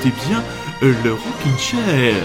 écoutez bien le Rockin' Chair.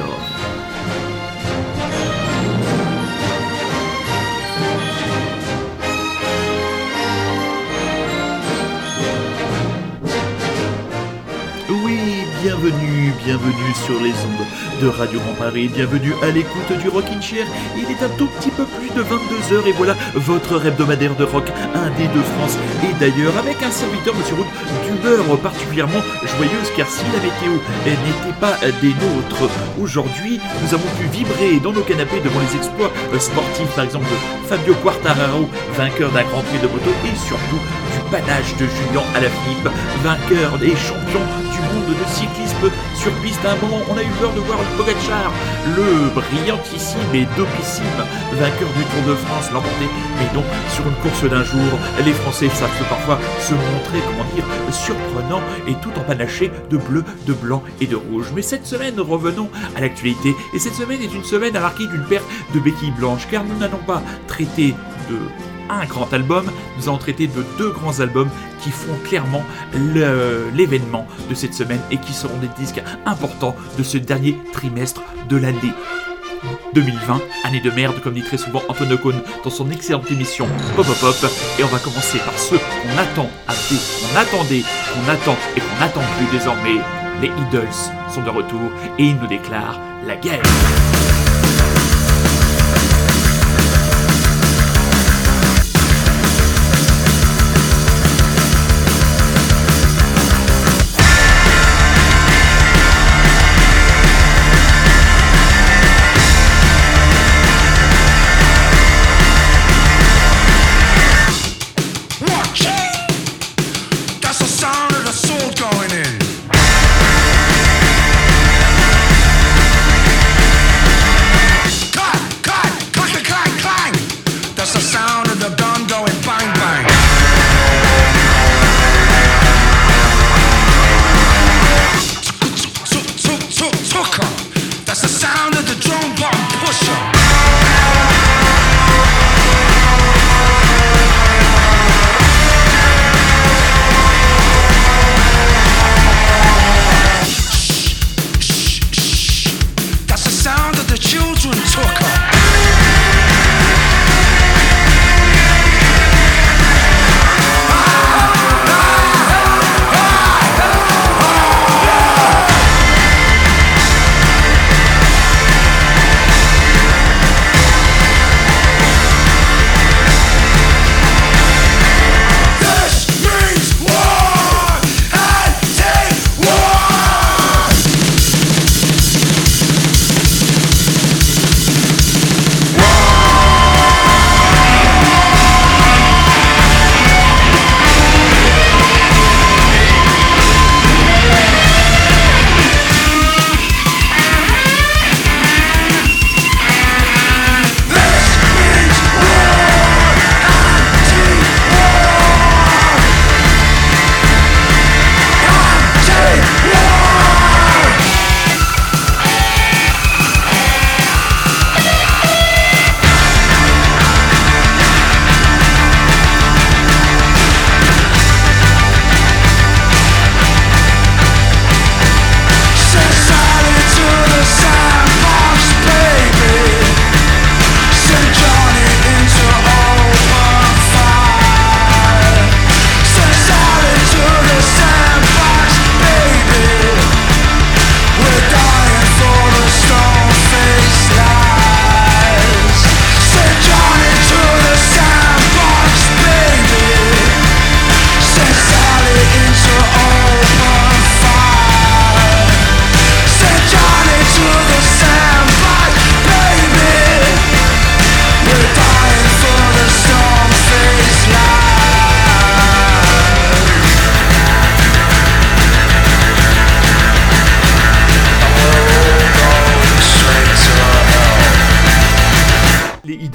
Bienvenue sur les ondes de Radio Grand Paris, bienvenue à l'écoute du Rockin' Chair. Il est un tout petit peu plus de 22h et voilà votre heure hebdomadaire de rock, un des deux France. Et d'ailleurs avec un serviteur, Monsieur Roux, d'humeur particulièrement joyeuse, car si la météo n'était pas des nôtres aujourd'hui, nous avons pu vibrer dans nos canapés devant les exploits sportifs, par exemple de Fabio Quartararo, vainqueur d'un Grand Prix de moto, et surtout du panache de Julien Alaphilippe, vainqueur et champion du monde de cyclisme sur piste. À un moment, on a eu peur de voir Pogačar, le brillantissime et dopissime vainqueur du Tour de France, l'emporter. Mais donc, sur une course d'un jour, les Français savent parfois se montrer, surprenants et tout empanaché de bleu, de blanc et de rouge. Mais cette semaine, revenons à l'actualité. Et cette semaine est une semaine à marquer d'une paire de béquilles blanches, car nous n'allons pas traiter de un grand album, nous allons traiter de deux grands albums qui font clairement l'événement de cette semaine et qui seront des disques importants de ce dernier trimestre de l'année 2020, année de merde, comme dit très souvent Antoine Ocon dans son excellente émission Pop Pop Pop. Et on va commencer par ceux qu'on attend, qu'on attendait, qu'on attend et qu'on n'attend plus désormais. Les Idols sont de retour et ils nous déclarent la guerre. Going in.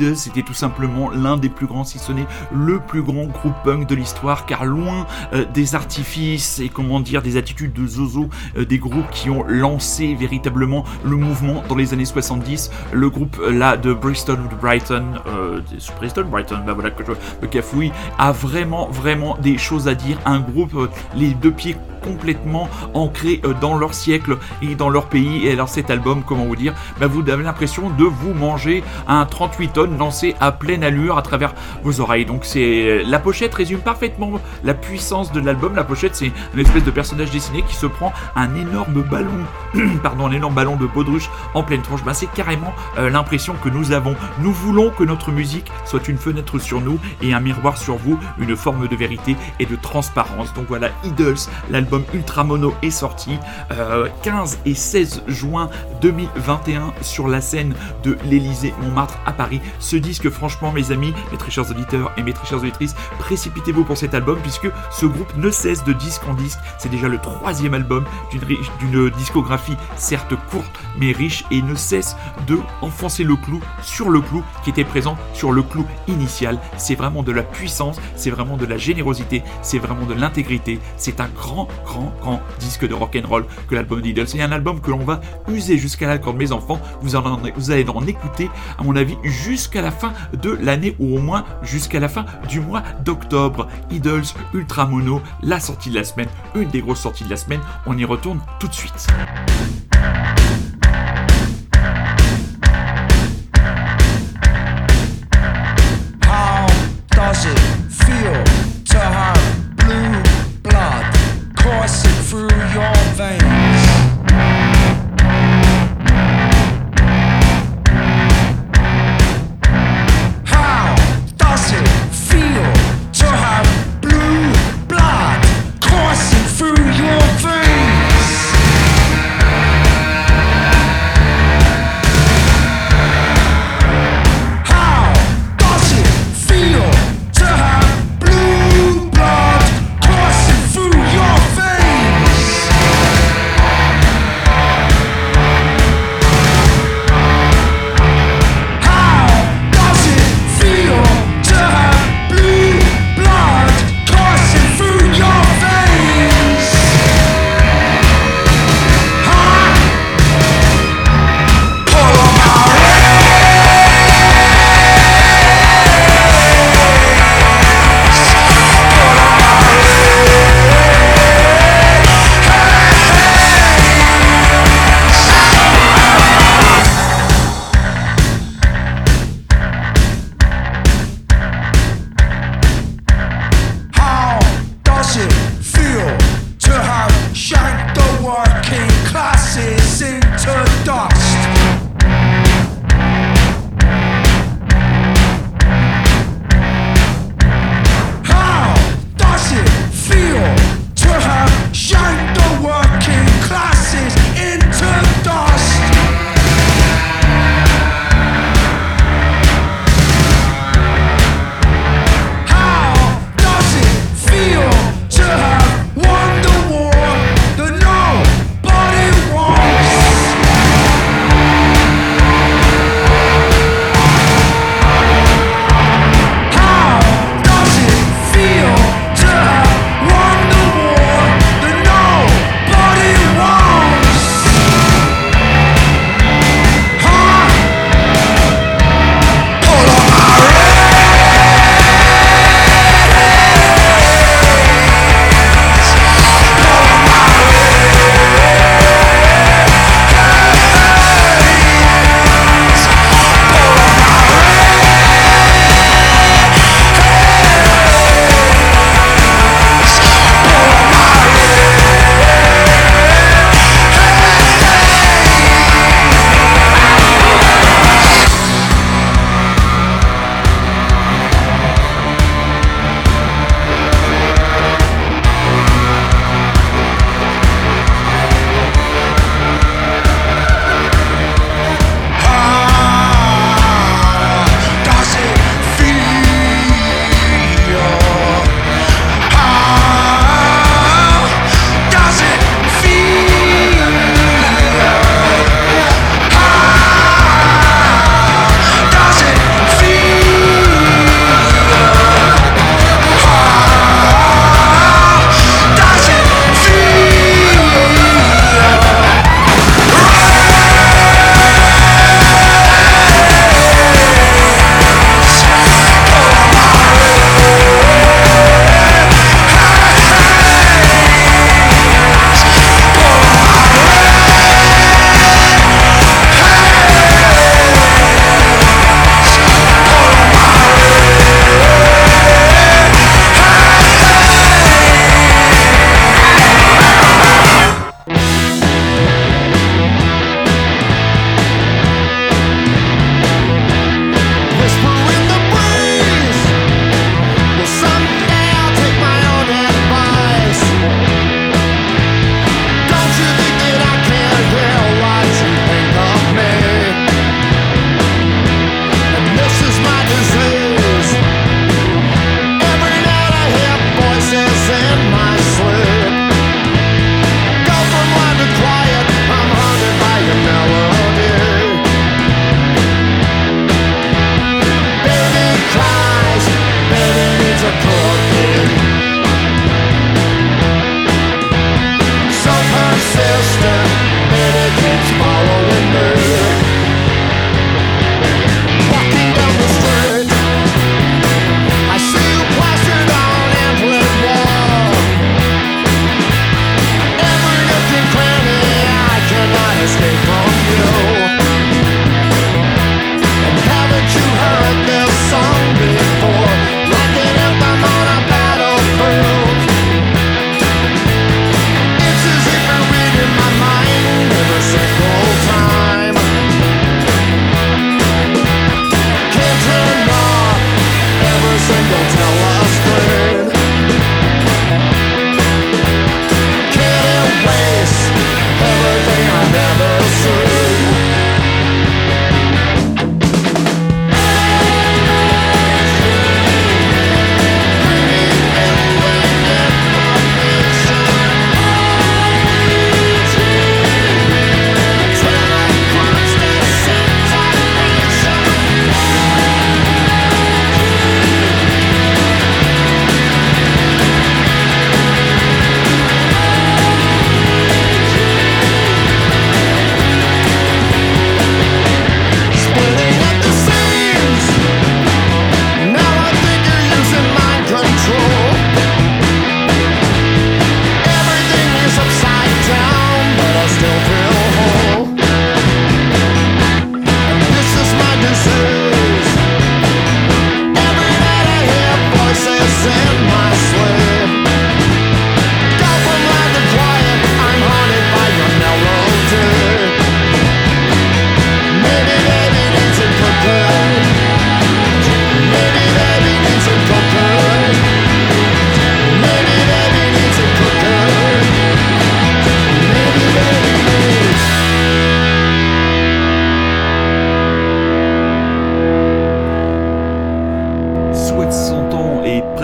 Idols c'était tout simplement l'un des plus grands, si ce n'est le plus grand groupe punk de l'histoire, car loin des artifices et comment dire des attitudes de zozo des groupes qui ont lancé véritablement le mouvement dans les années 70, le groupe là de Bristol ou de Brighton, Brighton, bah voilà que je me cafouille, a vraiment des choses à dire, un groupe les deux pieds complètement ancrés dans leur siècle et dans leur pays. Et alors cet album, comment vous dire, vous avez l'impression de vous manger un 38 tonnes lancé à pleine allure à travers vos oreilles. Donc c'est la pochette résume parfaitement la puissance de l'album. La pochette, c'est une espèce de personnage dessiné qui se prend un énorme ballon un énorme ballon de baudruche en pleine tronche. C'est carrément l'impression que nous avons. Nous voulons que notre musique soit une fenêtre sur nous et un miroir sur vous, une forme de vérité et de transparence. Donc voilà, Idols, l'album Ultra Mono est sorti 15 et 16 juin 2021 sur la scène de l'Élysée Montmartre à Paris. Ce disque, franchement mes amis, mes très chers auditeurs et mes très chères auditrices, précipitez-vous pour cet album puisque ce groupe ne cesse de disque en disque. C'est déjà le 3e album d'une discographie certes courte mais riche et ne cesse de enfoncer le clou sur le clou qui était présent sur le clou initial. C'est vraiment de la puissance, c'est vraiment de la générosité, c'est vraiment de l'intégrité. C'est un grand disque de rock'n'roll que l'album d'Idols. C'est un album que l'on va user jusqu'à la corde, mes enfants. Vous allez en écouter, à mon avis, jusqu'à la fin de l'année ou au moins jusqu'à la fin du mois d'octobre. Idols, Ultra Mono, la sortie de la semaine, une des grosses sorties de la semaine. On y retourne tout de suite. How does it feel to have blue blood coursing through your veins? How does it feel to have blue blood coursing through your veins?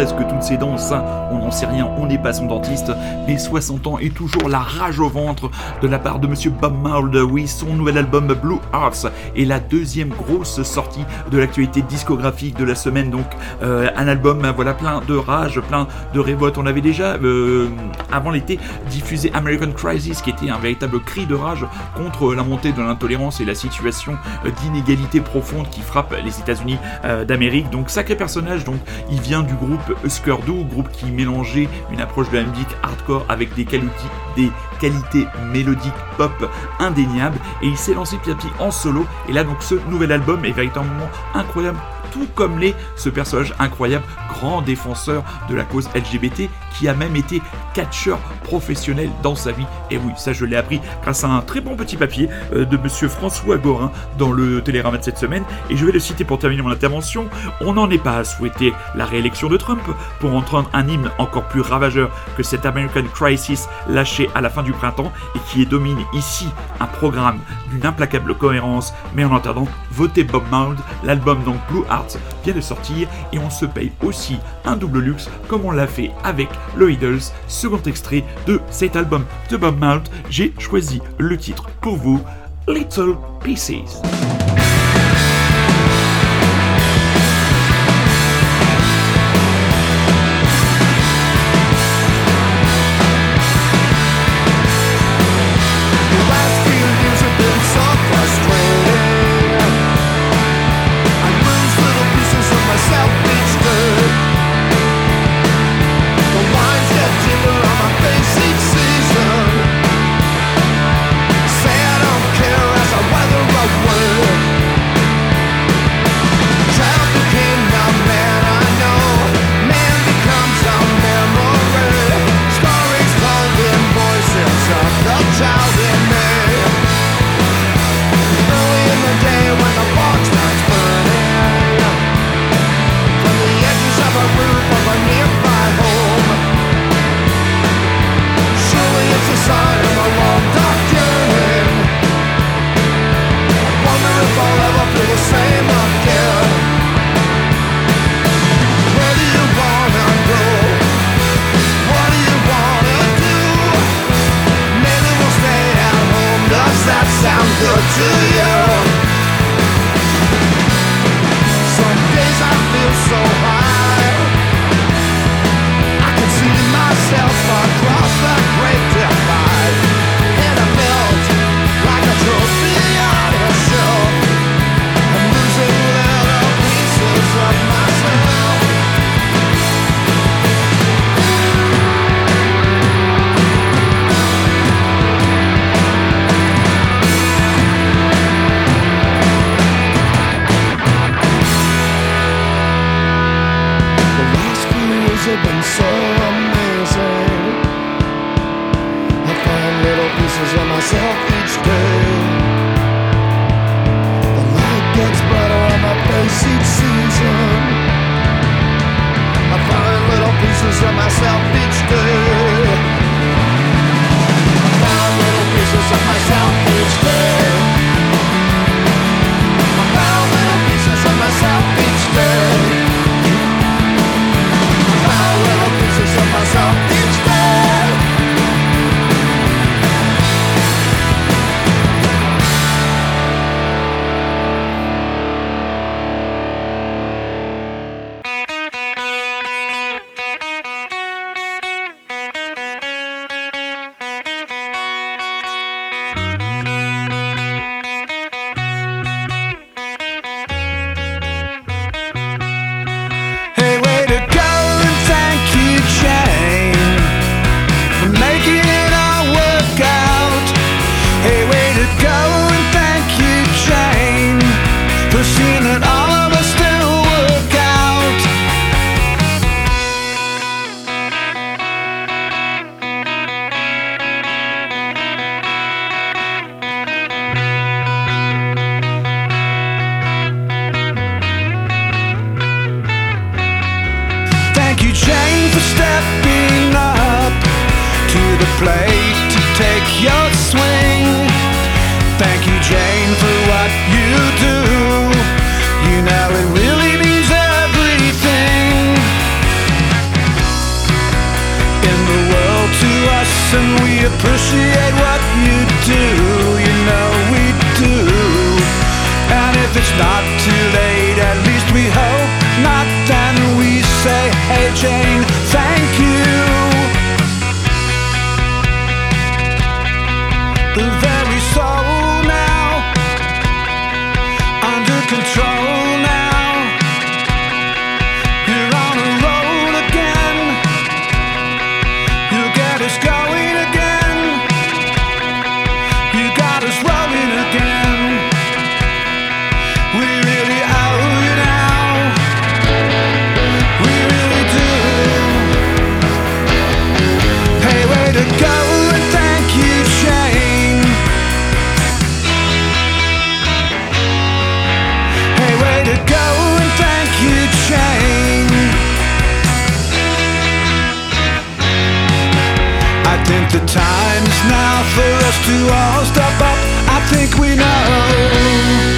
serait-ce que toutes ces danses, hein, on n'en sait rien, on n'est pas son dentiste, mais 60 ans et toujours la rage au ventre de la part de Monsieur Bob Mould. Oui, son nouvel album Blue Hearts est la deuxième grosse sortie de l'actualité discographique de la semaine, donc un album voilà, plein de rage, plein de révolte. On avait déjà, avant l'été, diffusé American Crisis, qui était un véritable cri de rage contre la montée de l'intolérance et la situation d'inégalité profonde qui frappe les États-Unis d'Amérique. Donc sacré personnage, donc il vient du groupe Husker Du, groupe qui mélangeait une approche de la musique hardcore avec des qualités mélodiques pop indéniables, et il s'est lancé petit à petit en solo, et là donc ce nouvel album est véritablement incroyable, tout comme ce personnage incroyable, grand défenseur de la cause LGBT, qui a même été catcheur professionnel dans sa vie. Et oui, ça je l'ai appris grâce à un très bon petit papier de monsieur François Gorin dans le Télérama de cette semaine, et je vais le citer pour terminer mon intervention. On n'en est pas à souhaiter la réélection de Trump pour entendre un hymne encore plus ravageur que cet American Crisis lâché à la fin du printemps et qui domine ici un programme d'une implacable cohérence, mais en attendant, votez Bob Mould. L'album donc Blue Hearts vient de sortir et on se paye aussi un double luxe comme on l'a fait avec le Idols, second extrait de cet album de Bob Mould. J'ai choisi le titre pour vous, Little Pieces. not, then we say, hey Jane, thank you. The very soul now, under control now. You're on a roll again. You get us going again. You got us rolling again. We really owe you now. We really do. Hey, way to go and thank you, Shane. Hey, way to go and thank you, Shane. I think the time is now for us to all step up. I think we know.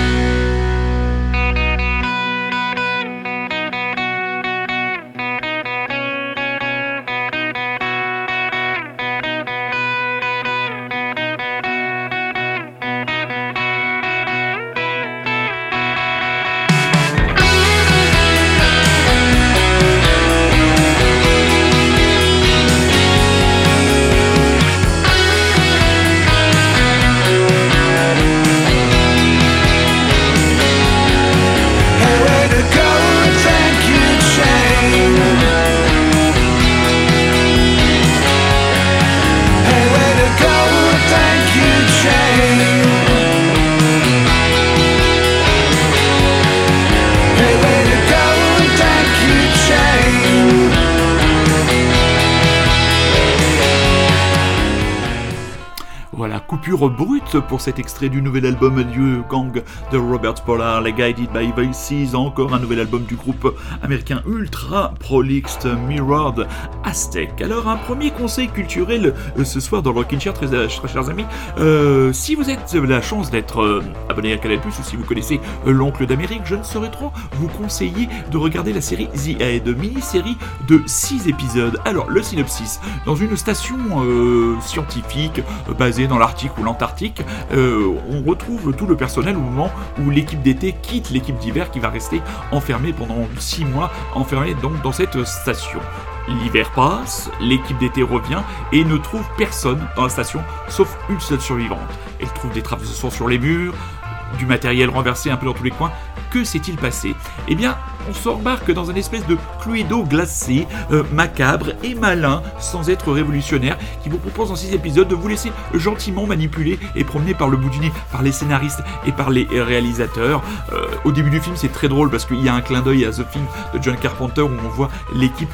Coupure brute pour cet extrait du nouvel album du gang de Robert Pollard, les Guided by Voices, encore un nouvel album du groupe américain ultra prolixe Mirrored Aztec. Alors un premier conseil culturel ce soir dans le Rockin' Chair, très chers amis, si vous avez la chance d'être abonné à Canal+, ou si vous connaissez l'oncle d'Amérique, je ne saurais trop vous conseiller de regarder la série The Head, mini-série de 6 épisodes. Alors le synopsis, dans une station scientifique basée dans l'Arctique ou l'Antarctique, on retrouve tout le personnel au moment où l'équipe d'été quitte l'équipe d'hiver qui va rester enfermée pendant 6 mois, enfermée donc dans cette station. L'hiver passe, l'équipe d'été revient et ne trouve personne dans la station sauf une seule survivante. Elle trouve des traces de sang sur les murs, du matériel renversé un peu dans tous les coins. Que s'est-il passé ? Eh bien, on s'embarque dans une espèce de Cluedo glacé, macabre et malin, sans être révolutionnaire, qui vous propose en 6 épisodes de vous laisser gentiment manipuler et promener par le bout du nez par les scénaristes et par les réalisateurs. Au début du film, c'est très drôle parce qu'il y a un clin d'œil à The Thing de John Carpenter où on voit l'équipe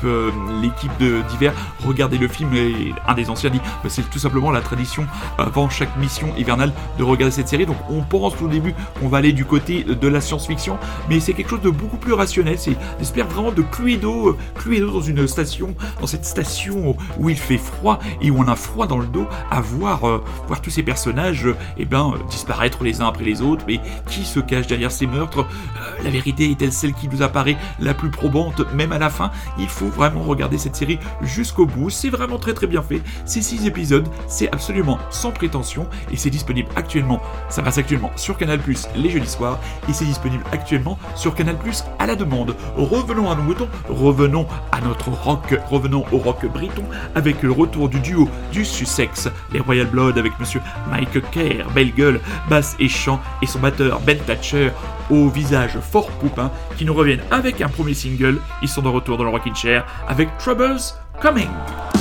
d'hiver regarder le film et un des anciens dit c'est tout simplement la tradition avant chaque mission hivernale de regarder cette série. Donc on pense au début qu'on va aller du côté de la science-fiction, mais c'est quelque chose de beaucoup plus rationnel. C'est j'espère vraiment de Cluedo dans une station, dans cette station où il fait froid et où on a froid dans le dos, à voir tous ces personnages disparaître les uns après les autres. Mais qui se cache derrière ces meurtres ? La vérité est-elle celle qui nous apparaît la plus probante, même à la fin ? Il faut vraiment regarder cette série jusqu'au bout. C'est vraiment très très bien fait. Ces 6 épisodes, c'est absolument sans prétention et c'est disponible actuellement. Ça passe actuellement sur Canal+ les jeudis soirs et c'est disponible actuellement sur Canal+ à la demande. Revenons à nos moutons, revenons à notre rock, revenons au rock briton avec le retour du duo du Sussex, les Royal Blood avec monsieur Mike Kerr, belle gueule, basse et chant, et son batteur Ben Thatcher au visage fort poupin qui nous reviennent avec un premier single. Ils sont de retour dans le Rockin' Chair avec Troubles Coming.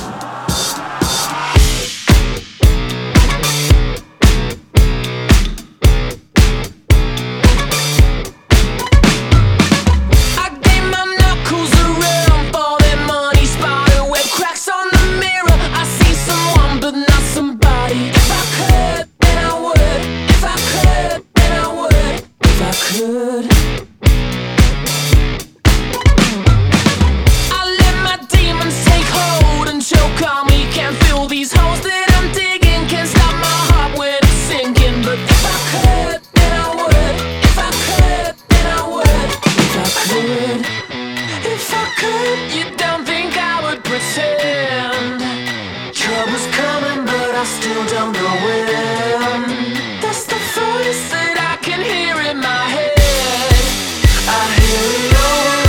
Still don't know when. That's the voice that I can hear in my head. I hear it all.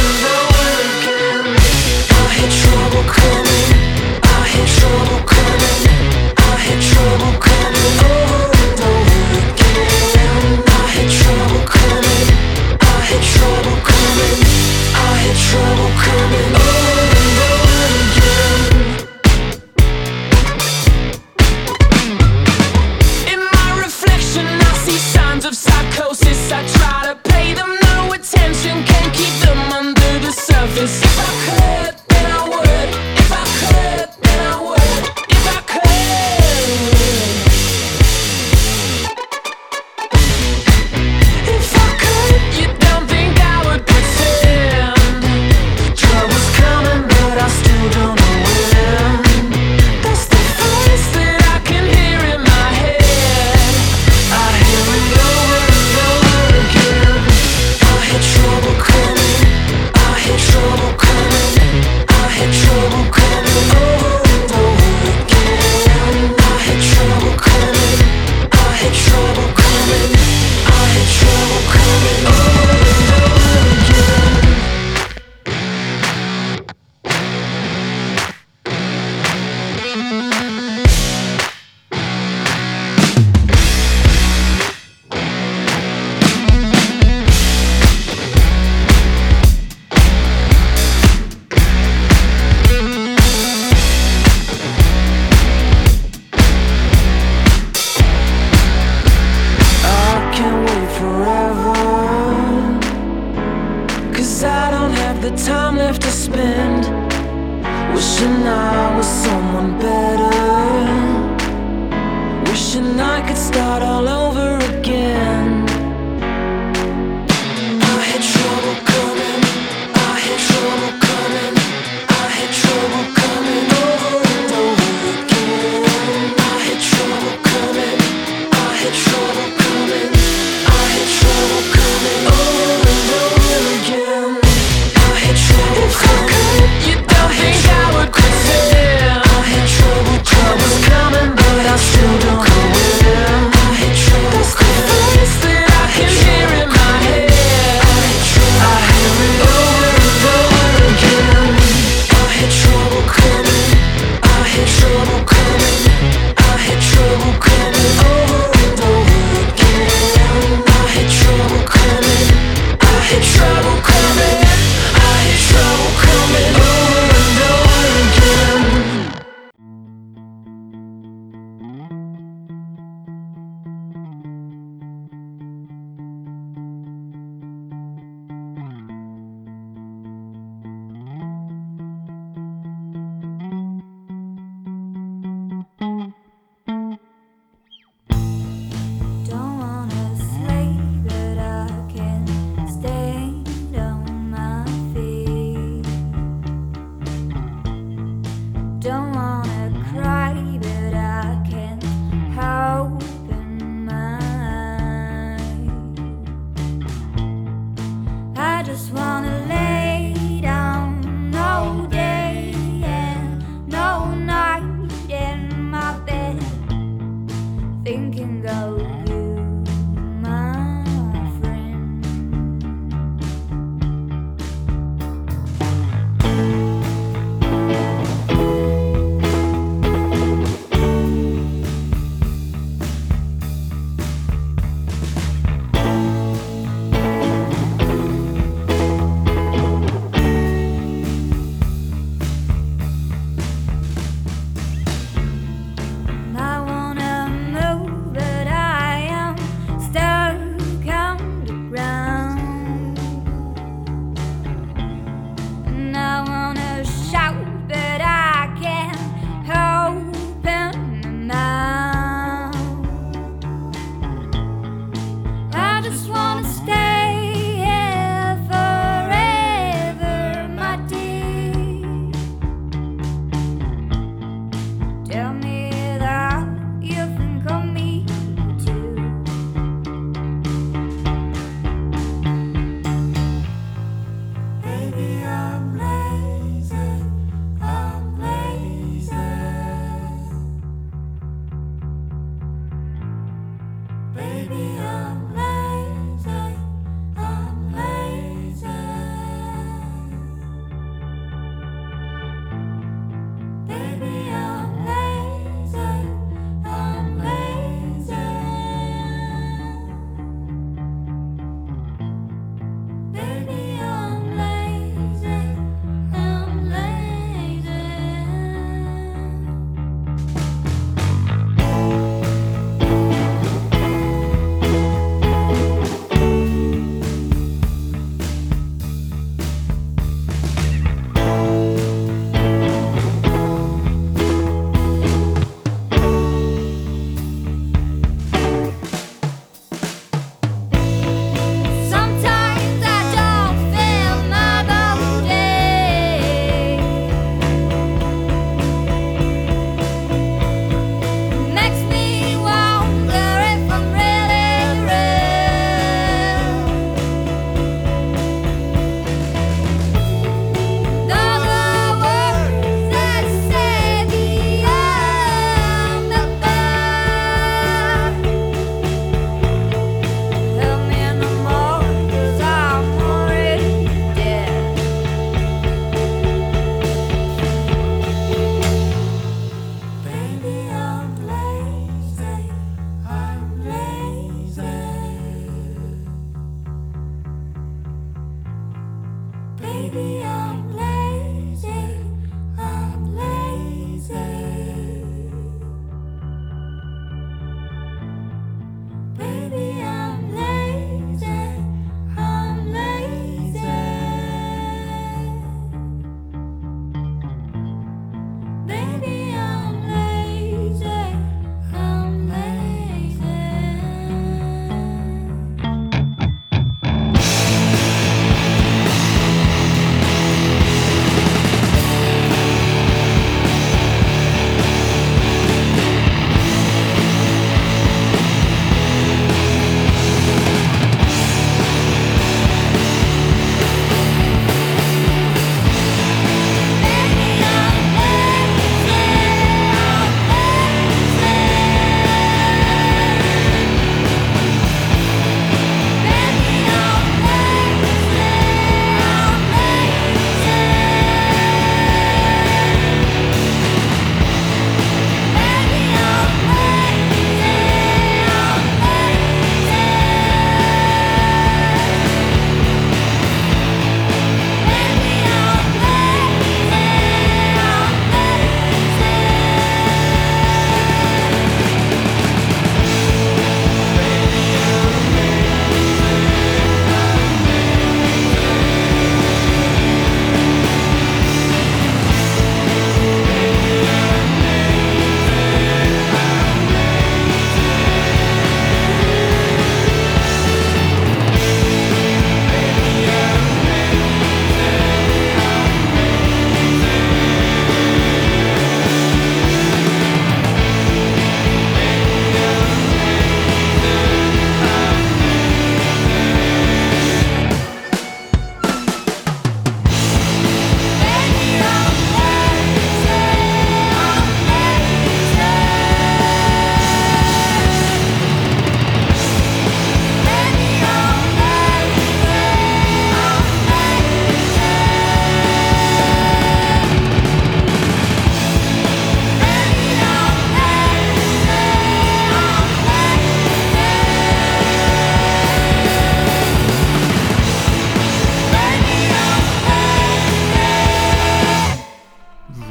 don't have the time left to spend wishing I was someone better, wishing I could start all over again. I had trouble coming, I had trouble coming, I had trouble coming over and over again. I had trouble coming, I had trouble coming, I had trouble coming over and over again. I had trouble coming, you don't think I would quit it. I had trouble coming, but I still don't know where. I had trouble. That's the voice that I can hear in my head. I hear it over and over again. I had trouble coming, I had trouble coming, I had trouble coming over and over again. I had trouble coming, I had trouble coming, I had trouble coming over and over again. Don't wanna sleep, but I can stand on my feet. Don't wanna cry, but I can open my eyes. I just wanna lay down all day and all night in my bed, thinking of you, my friend. I wanna move, but I am stuck on the ground. And I wanna shout, but I can't open my mouth. I just wanna stay here forever, my dear. Tell me that you think of me too. Baby, I'm lazy, I'm lazy. Baby, I'm lazy, I'm lazy. Baby, I'm lazy, I'm lazy. Baby, I'm lazy.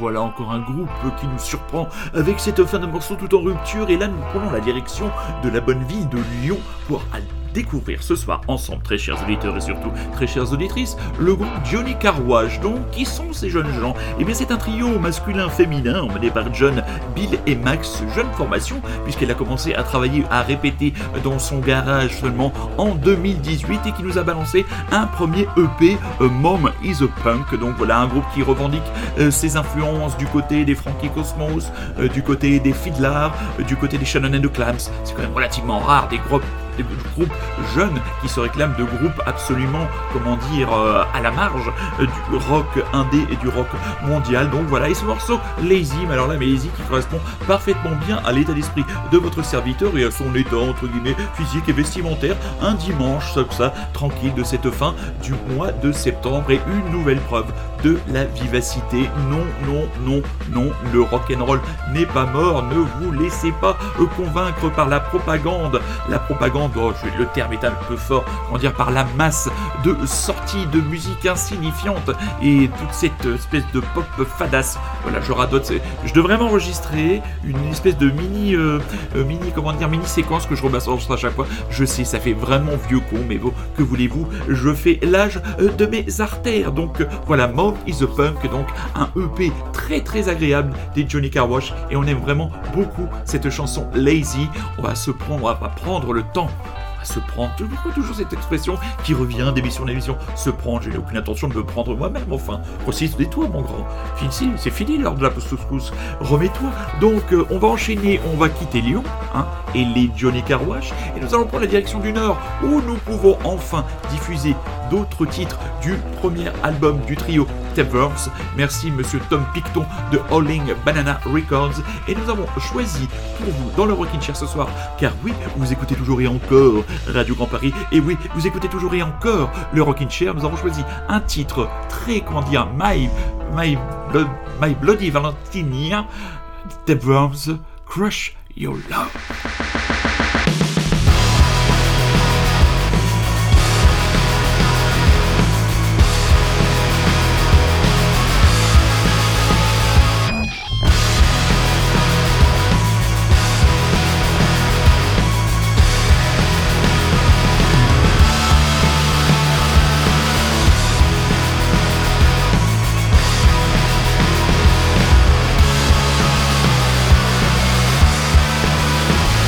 voilà encore un groupe qui nous surprend avec cette fin de morceau tout en rupture. Et là, nous prenons la direction de la bonne ville de Lyon pour découvrir ce soir ensemble, très chers auditeurs et surtout très chères auditrices, le groupe Johnny Carwash. Donc, qui sont ces jeunes gens? Eh bien, c'est un trio masculin-féminin emmené par John, Bill et Max, jeune formation, puisqu'elle a commencé à travailler, à répéter dans son garage seulement en 2018 et qui nous a balancé un premier EP, Mom is a Punk. Donc voilà, un groupe qui revendique ses influences du côté des Frankie Cosmos, du côté des Fiddlers, du côté des Shannon and the Clams. C'est quand même relativement rare des groupes jeunes qui se réclament de groupes absolument, à la marge du rock indé et du rock mondial. Donc voilà, et ce morceau Lazy, mais alors là, Lazy qui correspond parfaitement bien à l'état d'esprit de votre serviteur et à son état, entre guillemets, physique et vestimentaire, un dimanche, ça, tranquille de cette fin du mois de septembre, et une nouvelle preuve de la vivacité. Non, le rock'n'roll n'est pas mort, ne vous laissez pas convaincre par la propagande, le terme est un peu fort, par la masse de sorties de musique insignifiante et toute cette espèce de pop fadasse. Voilà, je radote, je devrais m'enregistrer une espèce de mini séquence que je rebalance à chaque fois. Je sais, ça fait vraiment vieux con, mais bon, que voulez-vous, je fais l'âge de mes artères. Donc voilà, Mom is a Punk, donc un EP très très agréable des Johnny Carwash, et on aime vraiment beaucoup cette chanson Lazy. On va prendre le temps. Pourquoi toujours cette expression qui revient d'émission en émission? Se prendre, j'ai aucune intention de me prendre moi-même, enfin. Recide-toi, mon grand. C'est fini l'heure de la post-couscous. Remets-toi. Donc, on va enchaîner, on va quitter Lyon, et les Johnny Carwash, et nous allons prendre la direction du Nord, où nous pouvons enfin diffuser d'autres titres du premier album du trio Tapeworms. Merci monsieur Tom Picton de Howling Banana Records, et nous avons choisi pour vous dans le Rockin' Chair ce soir, car oui, vous écoutez toujours et encore Radio Grand Paris, et oui, vous écoutez toujours et encore le Rockin' Chair. Nous avons choisi un titre très, My Bloody Valentine, Tapeworms, Crush Your Love. Crush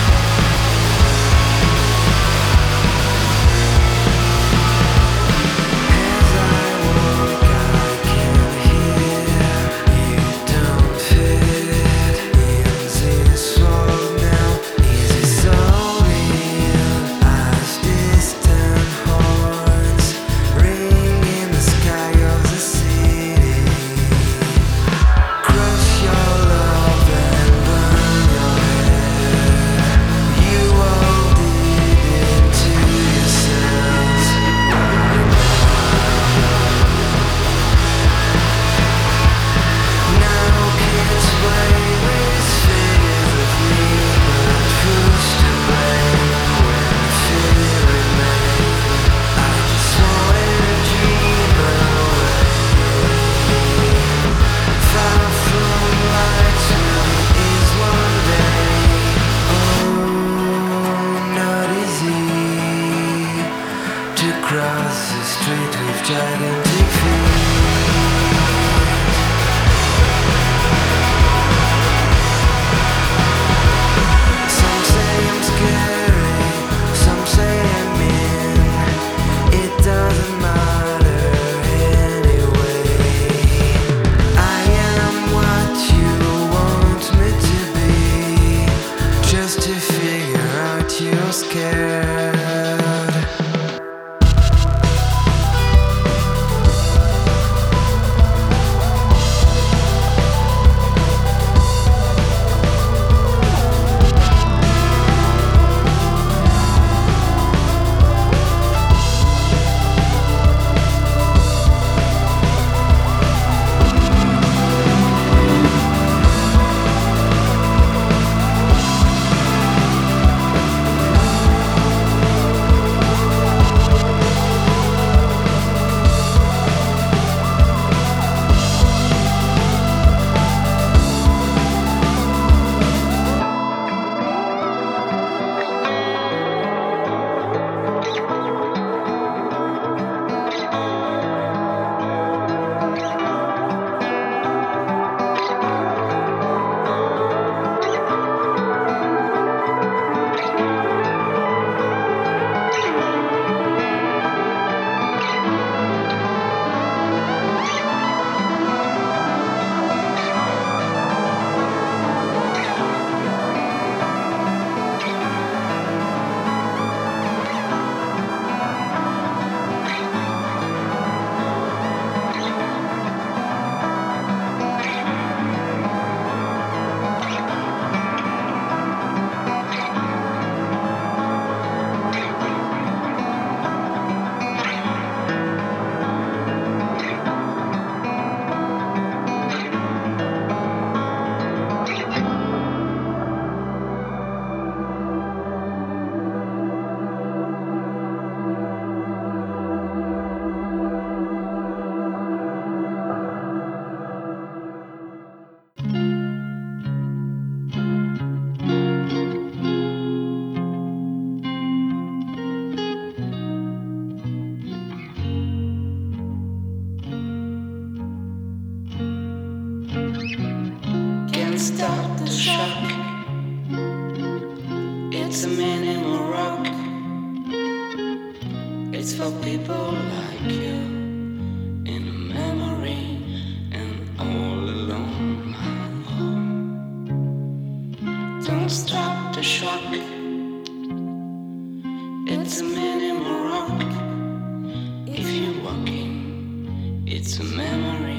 stop the shock. It's a minimal rock. It's for people like you in a memory and all alone. Don't stop the shock. It's a minimal rock. If you're walking, it's a memory.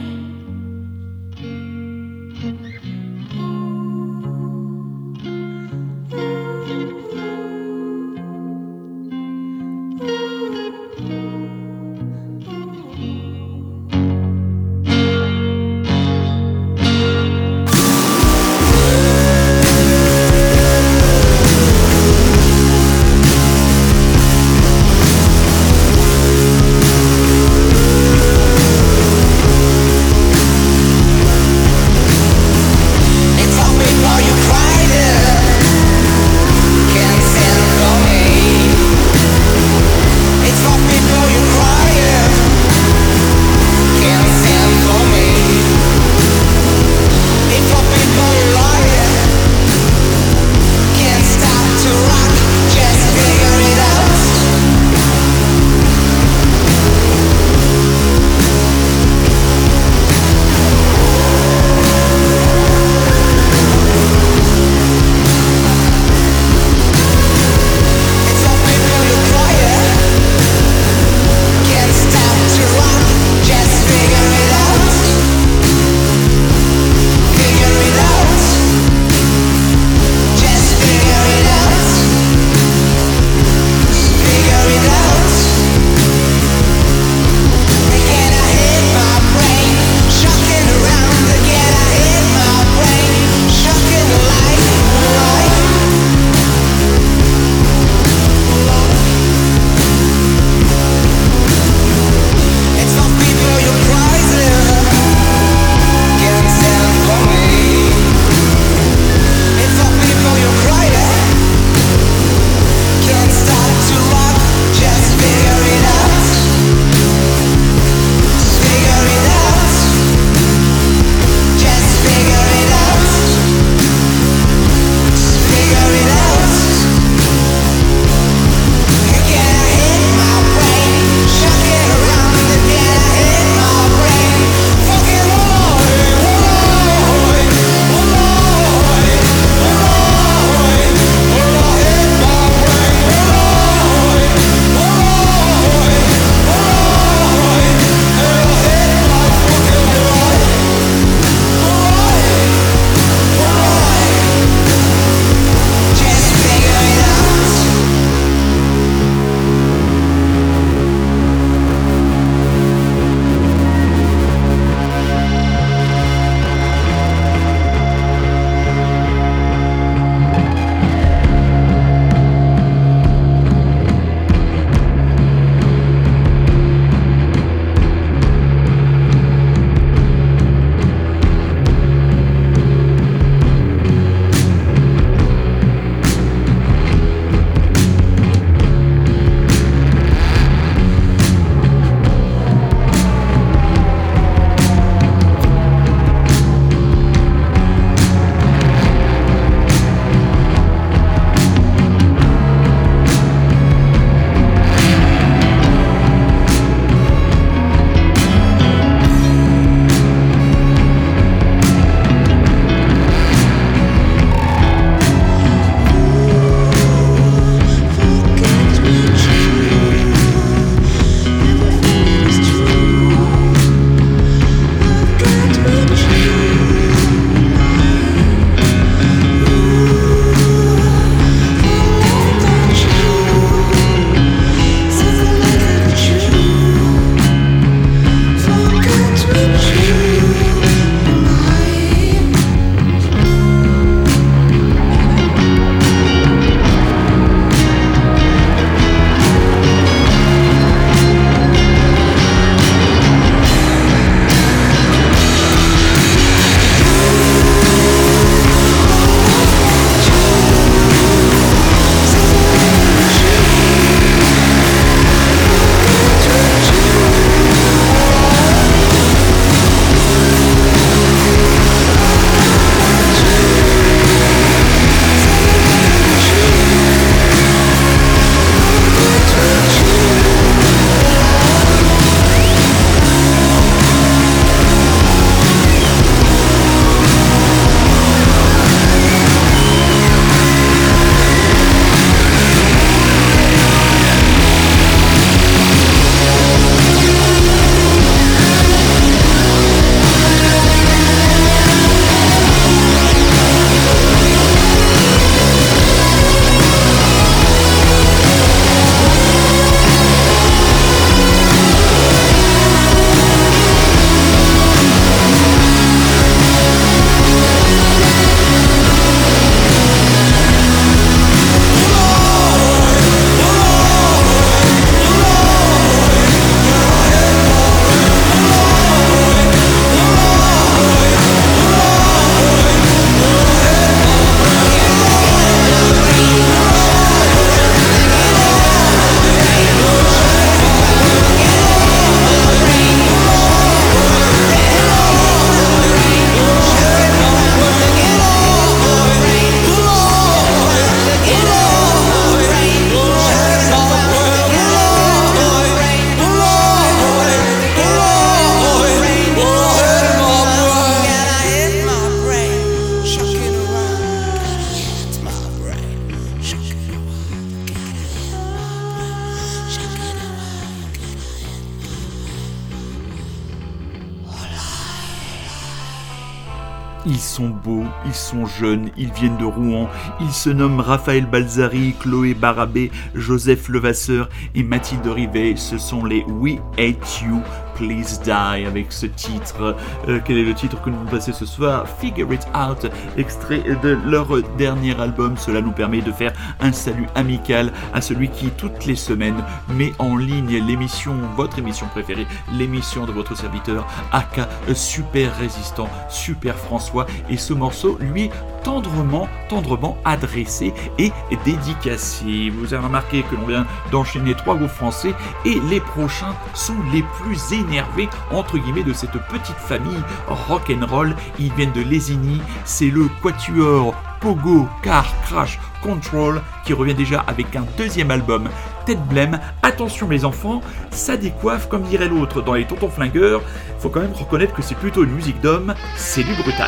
Ils sont beaux, ils sont jeunes, ils viennent de Rouen, ils se nomment Raphaël Balzari, Chloé Barabé, Joseph Levasseur et Mathilde Rivet. Ce sont les We Hate You, Please Die avec ce titre. Quel est le titre que nous allons passer ce soir? Figure It Out, extrait de leur dernier album. Cela nous permet de faire un salut amical à celui qui, toutes les semaines, met en ligne l'émission, votre émission préférée, l'émission de votre serviteur, aka Super Résistant, Super François. Et ce morceau lui est tendrement adressé et dédicacé. Vous avez remarqué que l'on vient d'enchaîner 3 groupes français et les prochains sont les plus énervés entre guillemets de cette petite famille rock'n'roll. Ils viennent de Lésigny, c'est le quatuor Pogo Car Crash Control qui revient déjà avec un deuxième album, Tête Blême. Attention les enfants, ça décoiffe comme dirait l'autre dans les Tontons Flingueurs. Faut quand même reconnaître que c'est plutôt une musique d'homme, c'est du brutal.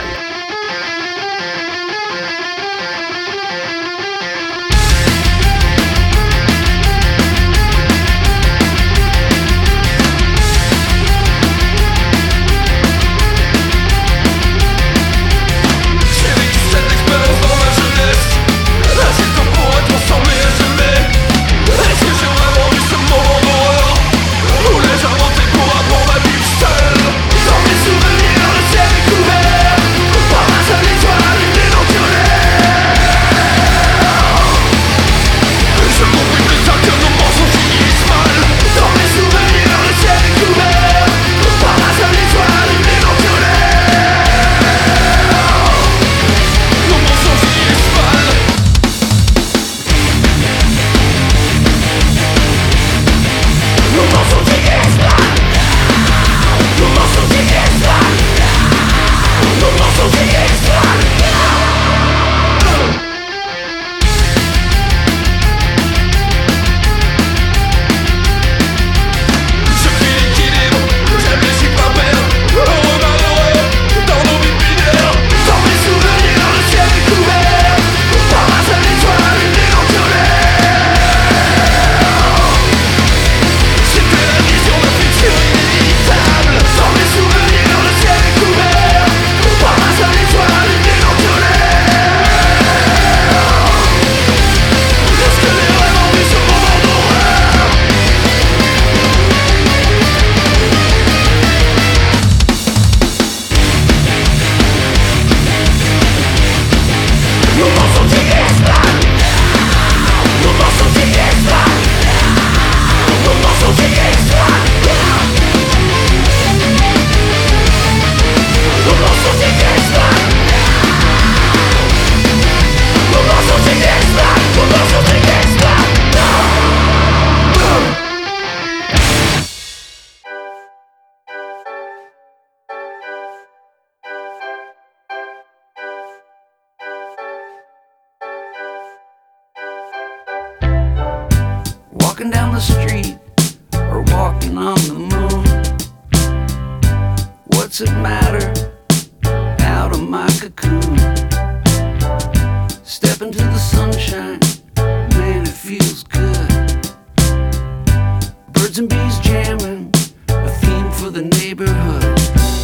Dans mes souvenirs, le ciel est couvert par un seul étoile. walking down the street or walking on the moon. What's it matter? Out of my cocoon, step into the sunshine, man, it feels good. Birds and bees jamming, a theme for the neighborhood.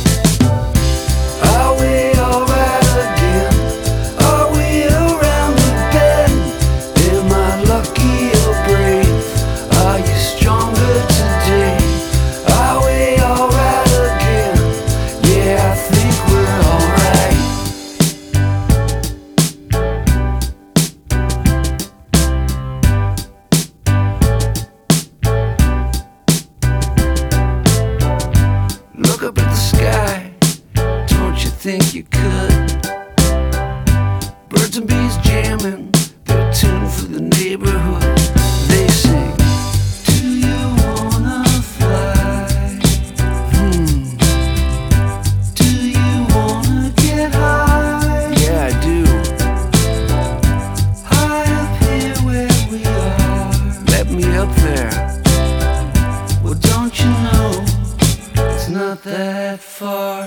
Are we alright again? Are we around the bend? Am I lucky or brave? Are you stronger today? Are we alright again? Yeah, I think we're alright. Look up at the sky, don't you think you could? Birds and bees jamming, their tune for the neighborhood. They sing, do you wanna fly? Do you wanna get high? Yeah, I do. High up here where we are. Let me up there. Well, don't you know it's not that far?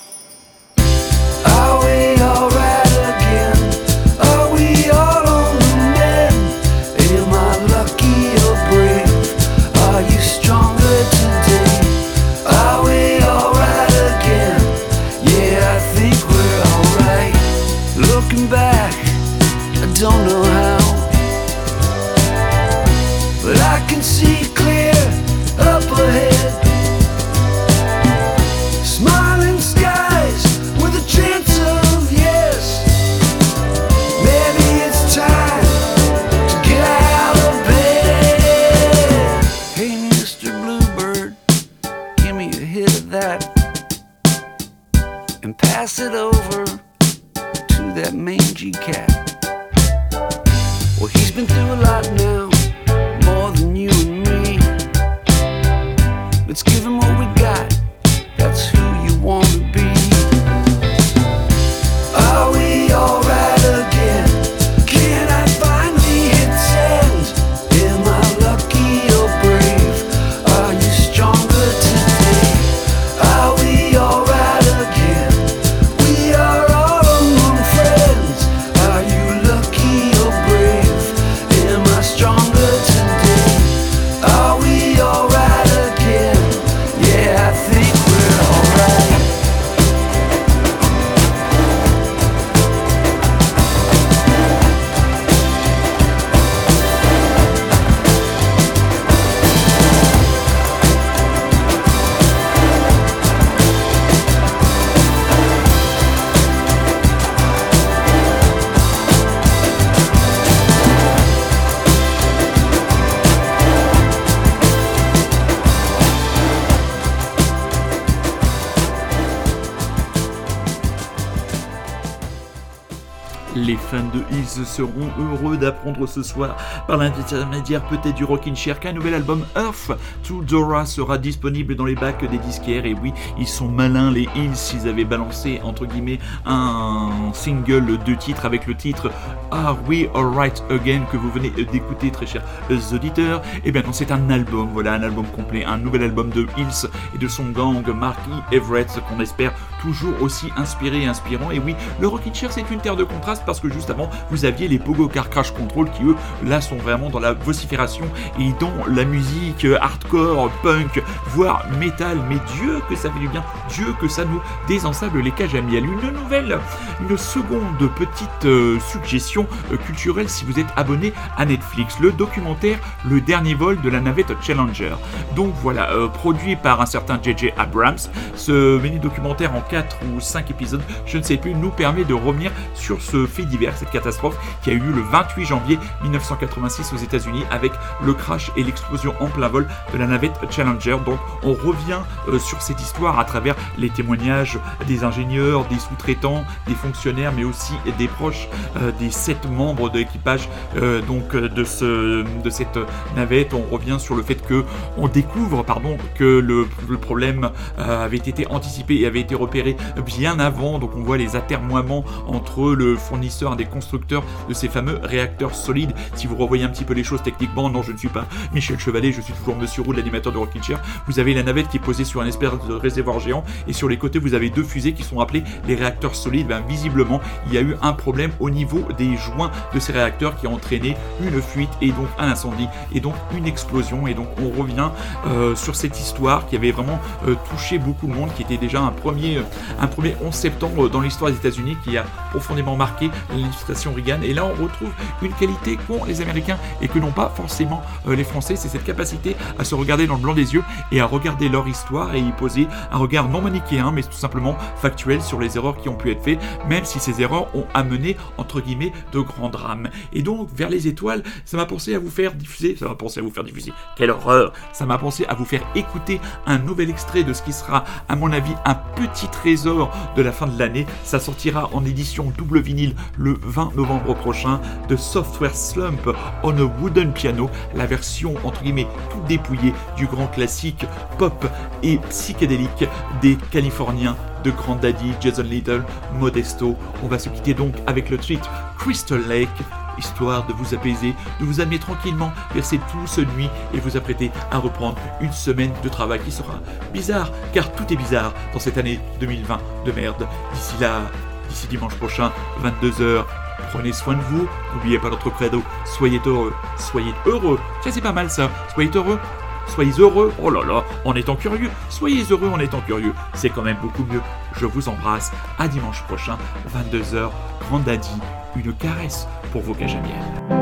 Are we alright again? Are we all on the mend? Am I lucky or brave? Are you stronger today? Are we alright again? Yeah, I think we're alright. and pass it over to that mangy cat. Well, he's been through a lot now, more than you and me. Let's give him what we got, that's who you wanna be. Are we alright again? Can I finally hit send? Am I lucky or brave? Are you stronger today? Are we alright again? We are all among friends. Are you lucky or brave? Am I stronger today? Are we alright again? Yeah, I think we're alright. Les fans de Hills seront heureux d'apprendre ce soir, par l'intermédiaire peut-être du Rockin' Chair, qu'un nouvel album Earth to Dora sera disponible dans les bacs des disquaires. Et oui, ils sont malins les Hills, ils avaient balancé entre guillemets un single de titre avec le titre Are We Alright Again que vous venez d'écouter, très chers auditeurs. Et bien non, c'est un album, voilà, un album complet, un nouvel album de Hills et de son gang Marky Everett, qu'on espère toujours aussi inspiré et inspirant. Et oui, le Rockin' Chair, c'est une terre de contraste, parce que juste avant, vous aviez les Pogo Car Crash Control qui, eux, là, sont vraiment dans la vocifération et dans la musique hardcore, punk, voire métal. Mais Dieu que ça fait du bien, Dieu que ça nous désensable les cages à miel. Une seconde petite suggestion culturelle si vous êtes abonné à Netflix, le documentaire Le Dernier Vol de la navette Challenger. Donc voilà, produit par un certain J.J. Abrams, ce mini-documentaire en 4 ou 5 épisodes, je ne sais plus, nous permet de revenir sur ce fait divers, cette catastrophe qui a eu lieu le 28 janvier 1986 aux États-Unis avec le crash et l'explosion en plein vol de la navette Challenger. Donc on revient sur cette histoire à travers les témoignages des ingénieurs, des sous-traitants, des fonctionnaires, mais aussi des proches des 7 membres de l'équipage de cette navette. On revient sur le fait que on découvre que le problème avait été anticipé et avait été repéré bien avant. Donc on voit les atermoiements entre le fournisseur, un des constructeurs de ces fameux réacteurs solides. Si vous revoyez un petit peu les choses techniquement, non, je ne suis pas Michel Chevalet, je suis toujours Monsieur Roux, l'animateur de Rockin' Chair. Vous avez la navette qui est posée sur un espèce de réservoir géant et sur les côtés vous avez 2 fusées qui sont appelées les réacteurs solides. Visiblement il y a eu un problème au niveau des joints de ces réacteurs qui a entraîné une fuite et donc un incendie et donc une explosion. Et donc on revient sur cette histoire qui avait vraiment touché beaucoup de monde, qui était déjà un premier 11 septembre dans l'histoire des États-Unis, qui a profondément marqué l'administration Reagan. Et là on retrouve une qualité qu'ont les Américains et que n'ont pas forcément les Français, c'est cette capacité à se regarder dans le blanc des yeux et à regarder leur histoire et y poser un regard non manichéen mais tout simplement factuel sur les erreurs qui ont pu être faites, même si ces erreurs ont amené entre guillemets de grands drames. Et donc Vers les étoiles, ça m'a pensé à vous faire diffuser, quelle horreur, ça m'a pensé à vous faire écouter un nouvel extrait de ce qui sera à mon avis un petit trésor de la fin de l'année. Ça sortira en édition double vinyle le 20 novembre prochain, de Software Slump on a Wooden Piano, la version entre guillemets toute dépouillée du grand classique pop et psychédélique des Californiens de Grand Daddy, Jason Little, Modesto. On va se quitter donc avec le titre Crystal Lake, histoire de vous apaiser, de vous amener tranquillement vers cette douce nuit et vous apprêter à reprendre une semaine de travail qui sera bizarre, car tout est bizarre dans cette année 2020 de merde. D'ici dimanche prochain, 22h, prenez soin de vous, n'oubliez pas notre credo, soyez heureux, ça c'est pas mal ça, soyez heureux, oh là là, en étant curieux, soyez heureux en étant curieux, c'est quand même beaucoup mieux. Je vous embrasse, à dimanche prochain, 22h, Grand Daddy, une caresse pour vos cages à miel.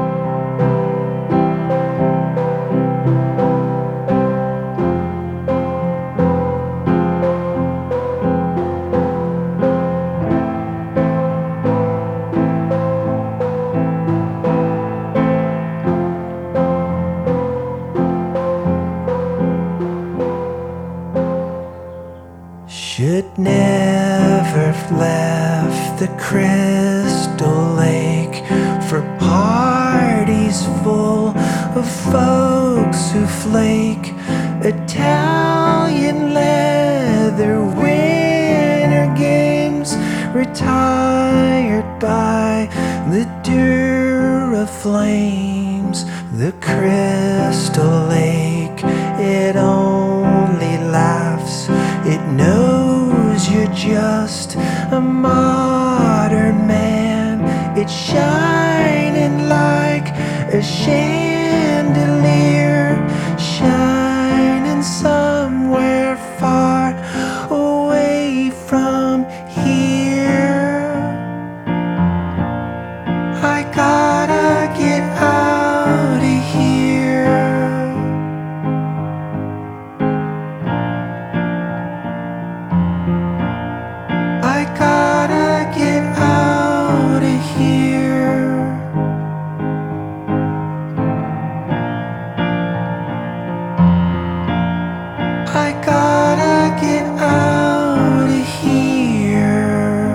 never left the Crystal Lake for parties full of folks who flake. Italian leather winter games, retired by the Duraflames. The Crystal Lake, it only laughs. It knows you're just a modern man. It's shining like a chandelier, shining somewhere far away from here. I gotta get out of here. I gotta get out of here. I gotta get out of here.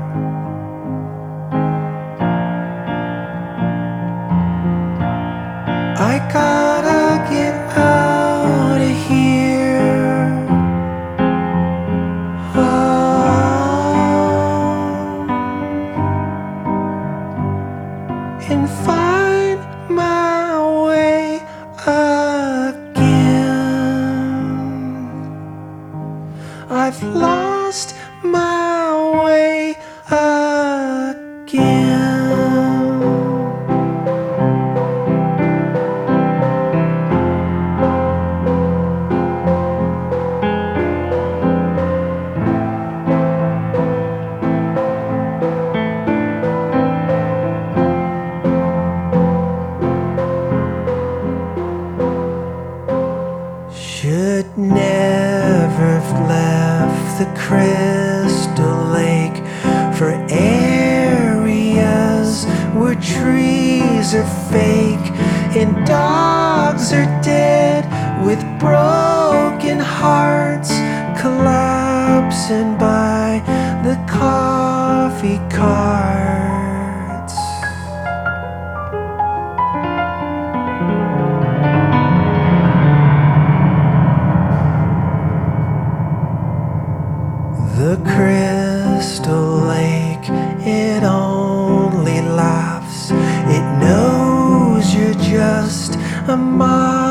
I gotta get out of here. And find my way again. I've lost my way again. Should never have left the Crystal Lake for areas where trees are fake and dogs are dead, with broken hearts collapsing by the coffee carts. The Crystal Lake, it only laughs. It knows you're just a